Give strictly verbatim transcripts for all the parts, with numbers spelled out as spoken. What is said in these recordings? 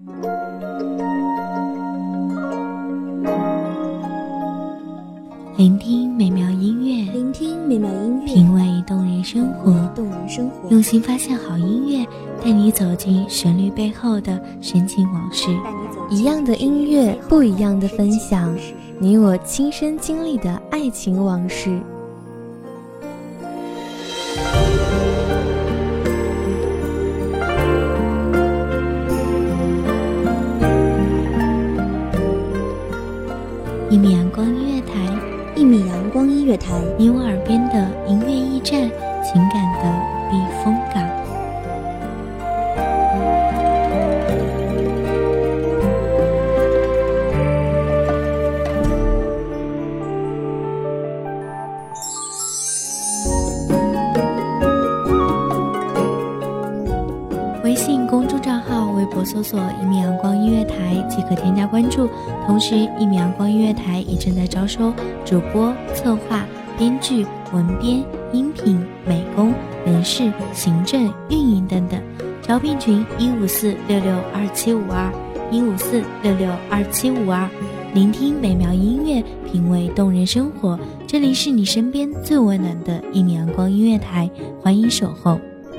聆听美妙音乐， 聆听美妙音乐， 品味动人生活， 动人生活， 用心发现好音乐，带你走进旋律背后的深情往事。 一样的音乐，不一样的分享，你我亲身经历的爱情往事。 一米阳光音乐台， 一米阳光音乐台， 你我耳边的音乐驿站，情感的避风港。微信公众账号、微博搜索一米阳光音乐台即可添加关注。同时，一米阳光音乐台已正在招收主播、策划、编剧、文编、音频、美工、人事、行政、运营等等。招聘群一五四六六二七五二一五四六六二七五二。聆听美妙音乐，品味动人生活。这里是你身边最温暖的一米阳光音乐台，欢迎守候。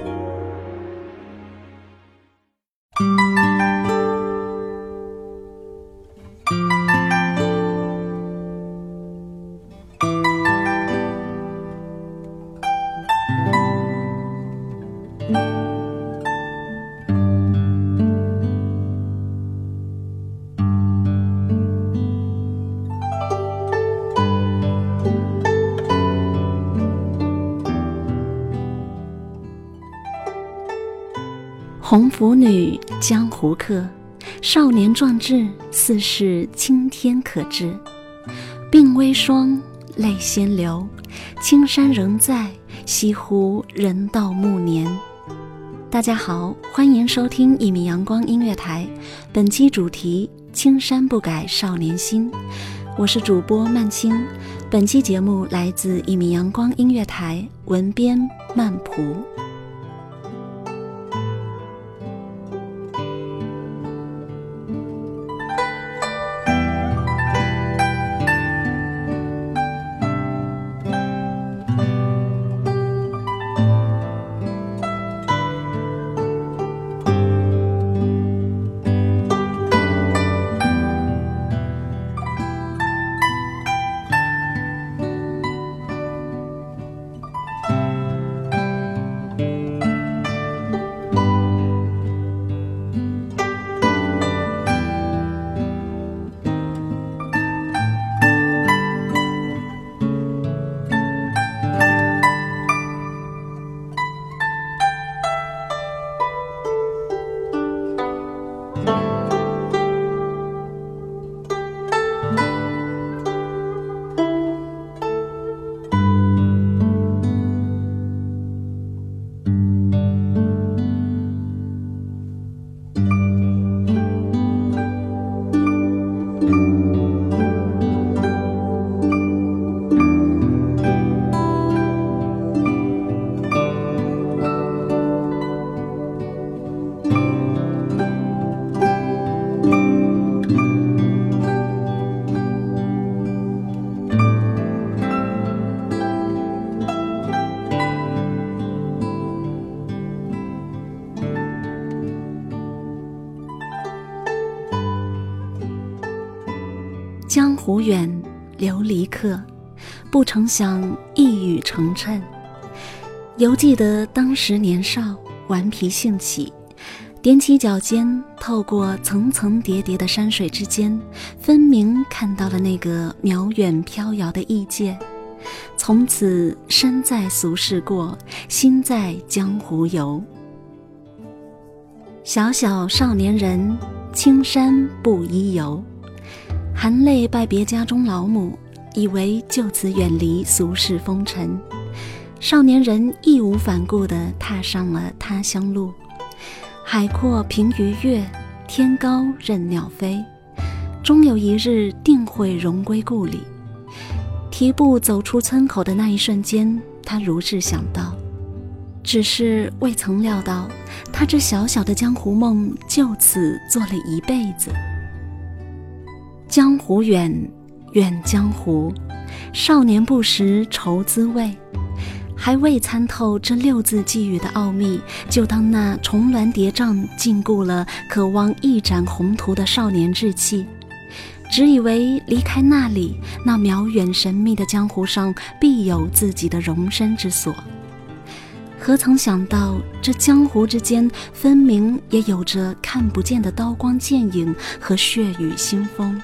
红拂女，江湖客，少年壮志，似是青天可知。鬓微霜，泪先流，青山仍在，西湖人到暮年。大家好，欢迎收听一米阳光音乐台，本期主题青山不改少年心。我是主播曼青，本期节目来自一米阳光音乐台，文编曼蒲。江湖远，琉璃客，不曾想一语成谶。犹记得当时年少，顽皮兴起，踮起脚尖，透过层层叠叠的山水之间，分明看到了那个渺远飘摇的异界。从此身在俗世过，心在江湖游。小小少年人，青山不依游。含泪拜别家中老母，以为就此远离俗世风尘。少年人义无反顾地踏上了他乡路。海阔凭鱼跃，天高任鸟飞，终有一日定会荣归故里。提步走出村口的那一瞬间，他如是想到。 只是未曾料到，他这小小的江湖梦就此做了一辈子。江湖远，远江湖，少年不识愁滋味。还未参透这六字寄语的奥秘，就当那重峦叠嶂禁锢了渴望一展宏图的少年志气，只以为离开那里，那渺远神秘的江湖上必有自己的容身之所。何曾想到，这江湖之间分明也有着看不见的刀光剑影和血雨腥风。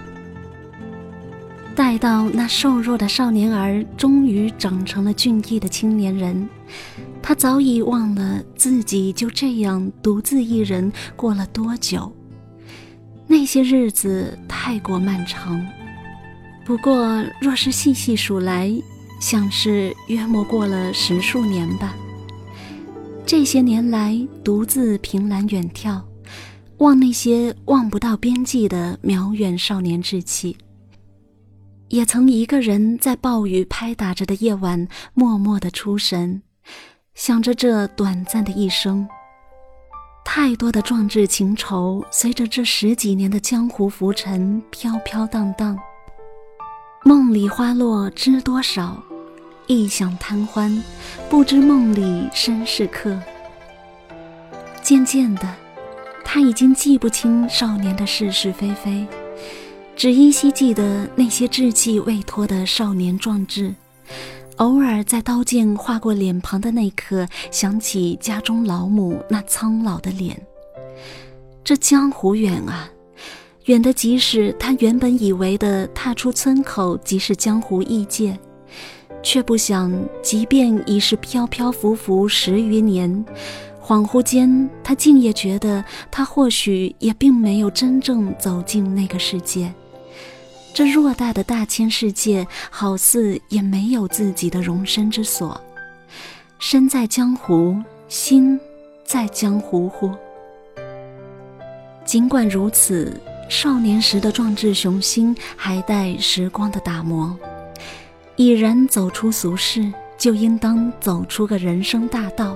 待到那瘦弱的少年儿终于长成了俊逸的青年人，他早已忘了自己就这样独自一人过了多久。那些日子太过漫长，不过若是细细数来，像是约莫过了十数年吧。这些年来独自凭栏远眺，望那些望不到边际的渺远少年志气，也曾一个人在暴雨拍打着的夜晚默默地出神，想着这短暂的一生。太多的壮志情仇随着这十几年的江湖浮沉飘飘荡荡，梦里花落知多少，一想贪欢，不知梦里身是客。渐渐的，他已经记不清少年的是是非非，只依稀记得那些志气未脱的少年壮志，偶尔在刀剑划过脸庞的那刻，想起家中老母那苍老的脸。这江湖远啊，远的即使他原本以为的踏出村口即是江湖异界，却不想即便已是飘飘浮浮十余年，恍惚间他竟也觉得他或许也并没有真正走进那个世界。这偌大的大千世界，好似也没有自己的容身之所。身在江湖，心在江湖乎？尽管如此，少年时的壮志雄心还待时光的打磨。已然走出俗世，就应当走出个人生大道。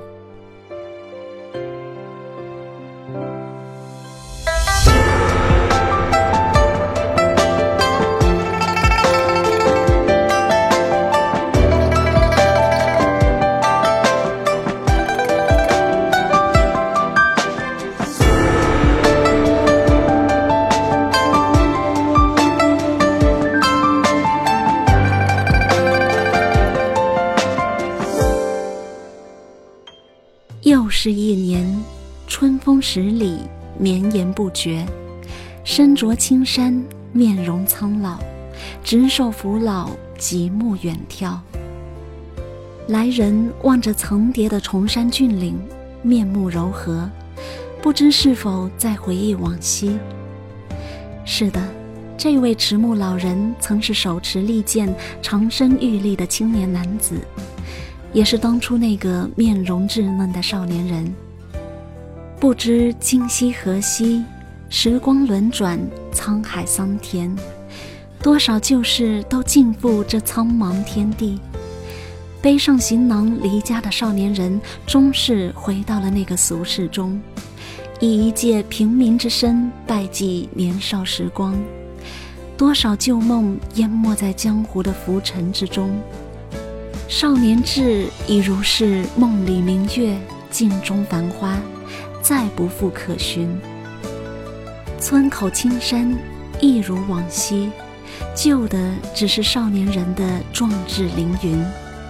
又是一年，春风十里，绵延不绝。身着青衫，面容苍老，执手扶老，极目远眺。来人望着层叠的崇山峻岭，面目柔和，不知是否在回忆往昔。是的，这位迟暮老人曾是手持利剑、长身玉立的青年男子，也是当初那个面容稚嫩的少年人。不知今夕何夕，时光轮转，沧海桑田，多少旧事都尽付这苍茫天地。背上行囊离家的少年人，终是回到了那个俗世中，以一介平民之身拜祭年少时光。多少旧梦淹没在江湖的浮尘之中，少年志已如是梦里明月，镜中繁花，再不复可寻。村口青山一如往昔，旧的只是少年人的壮志凌云。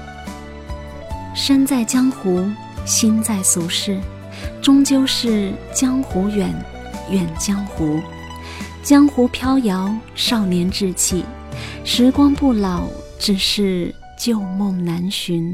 身在江湖，心在俗世，终究是江湖远，远江湖。江湖飘摇，少年志气，时光不老，只是旧梦难寻。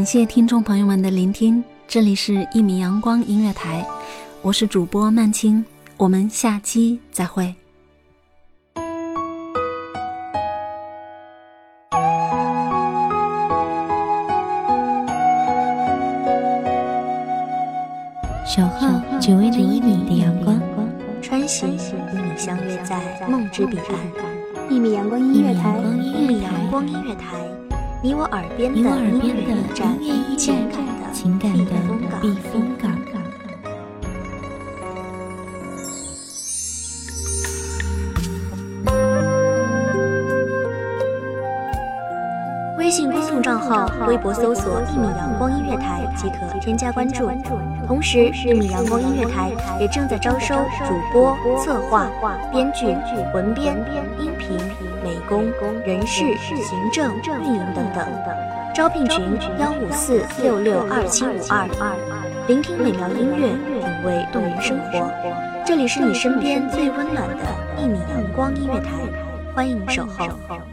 感谢听众朋友们的聆听，这里是一米阳光音乐台，我是主播曼青，我们下期再会。 守候只为那一米的阳光， 穿行与你相约在梦之彼岸。 一米阳光音乐台， 一米阳光音乐台，你我耳边的音乐驿站，情感的情感的避风港。 微信公众账号、微博搜索“一米阳光音乐台”即可添加关注。同时，一米阳光音乐台也正在招收主播、策划、编剧、文编、音频、美工、人事、行政、运营等等。招聘群：幺五四六六二七五二。聆听美妙音乐，品味动人生活。这里是你身边最温暖的一米阳光音乐台，欢迎守候。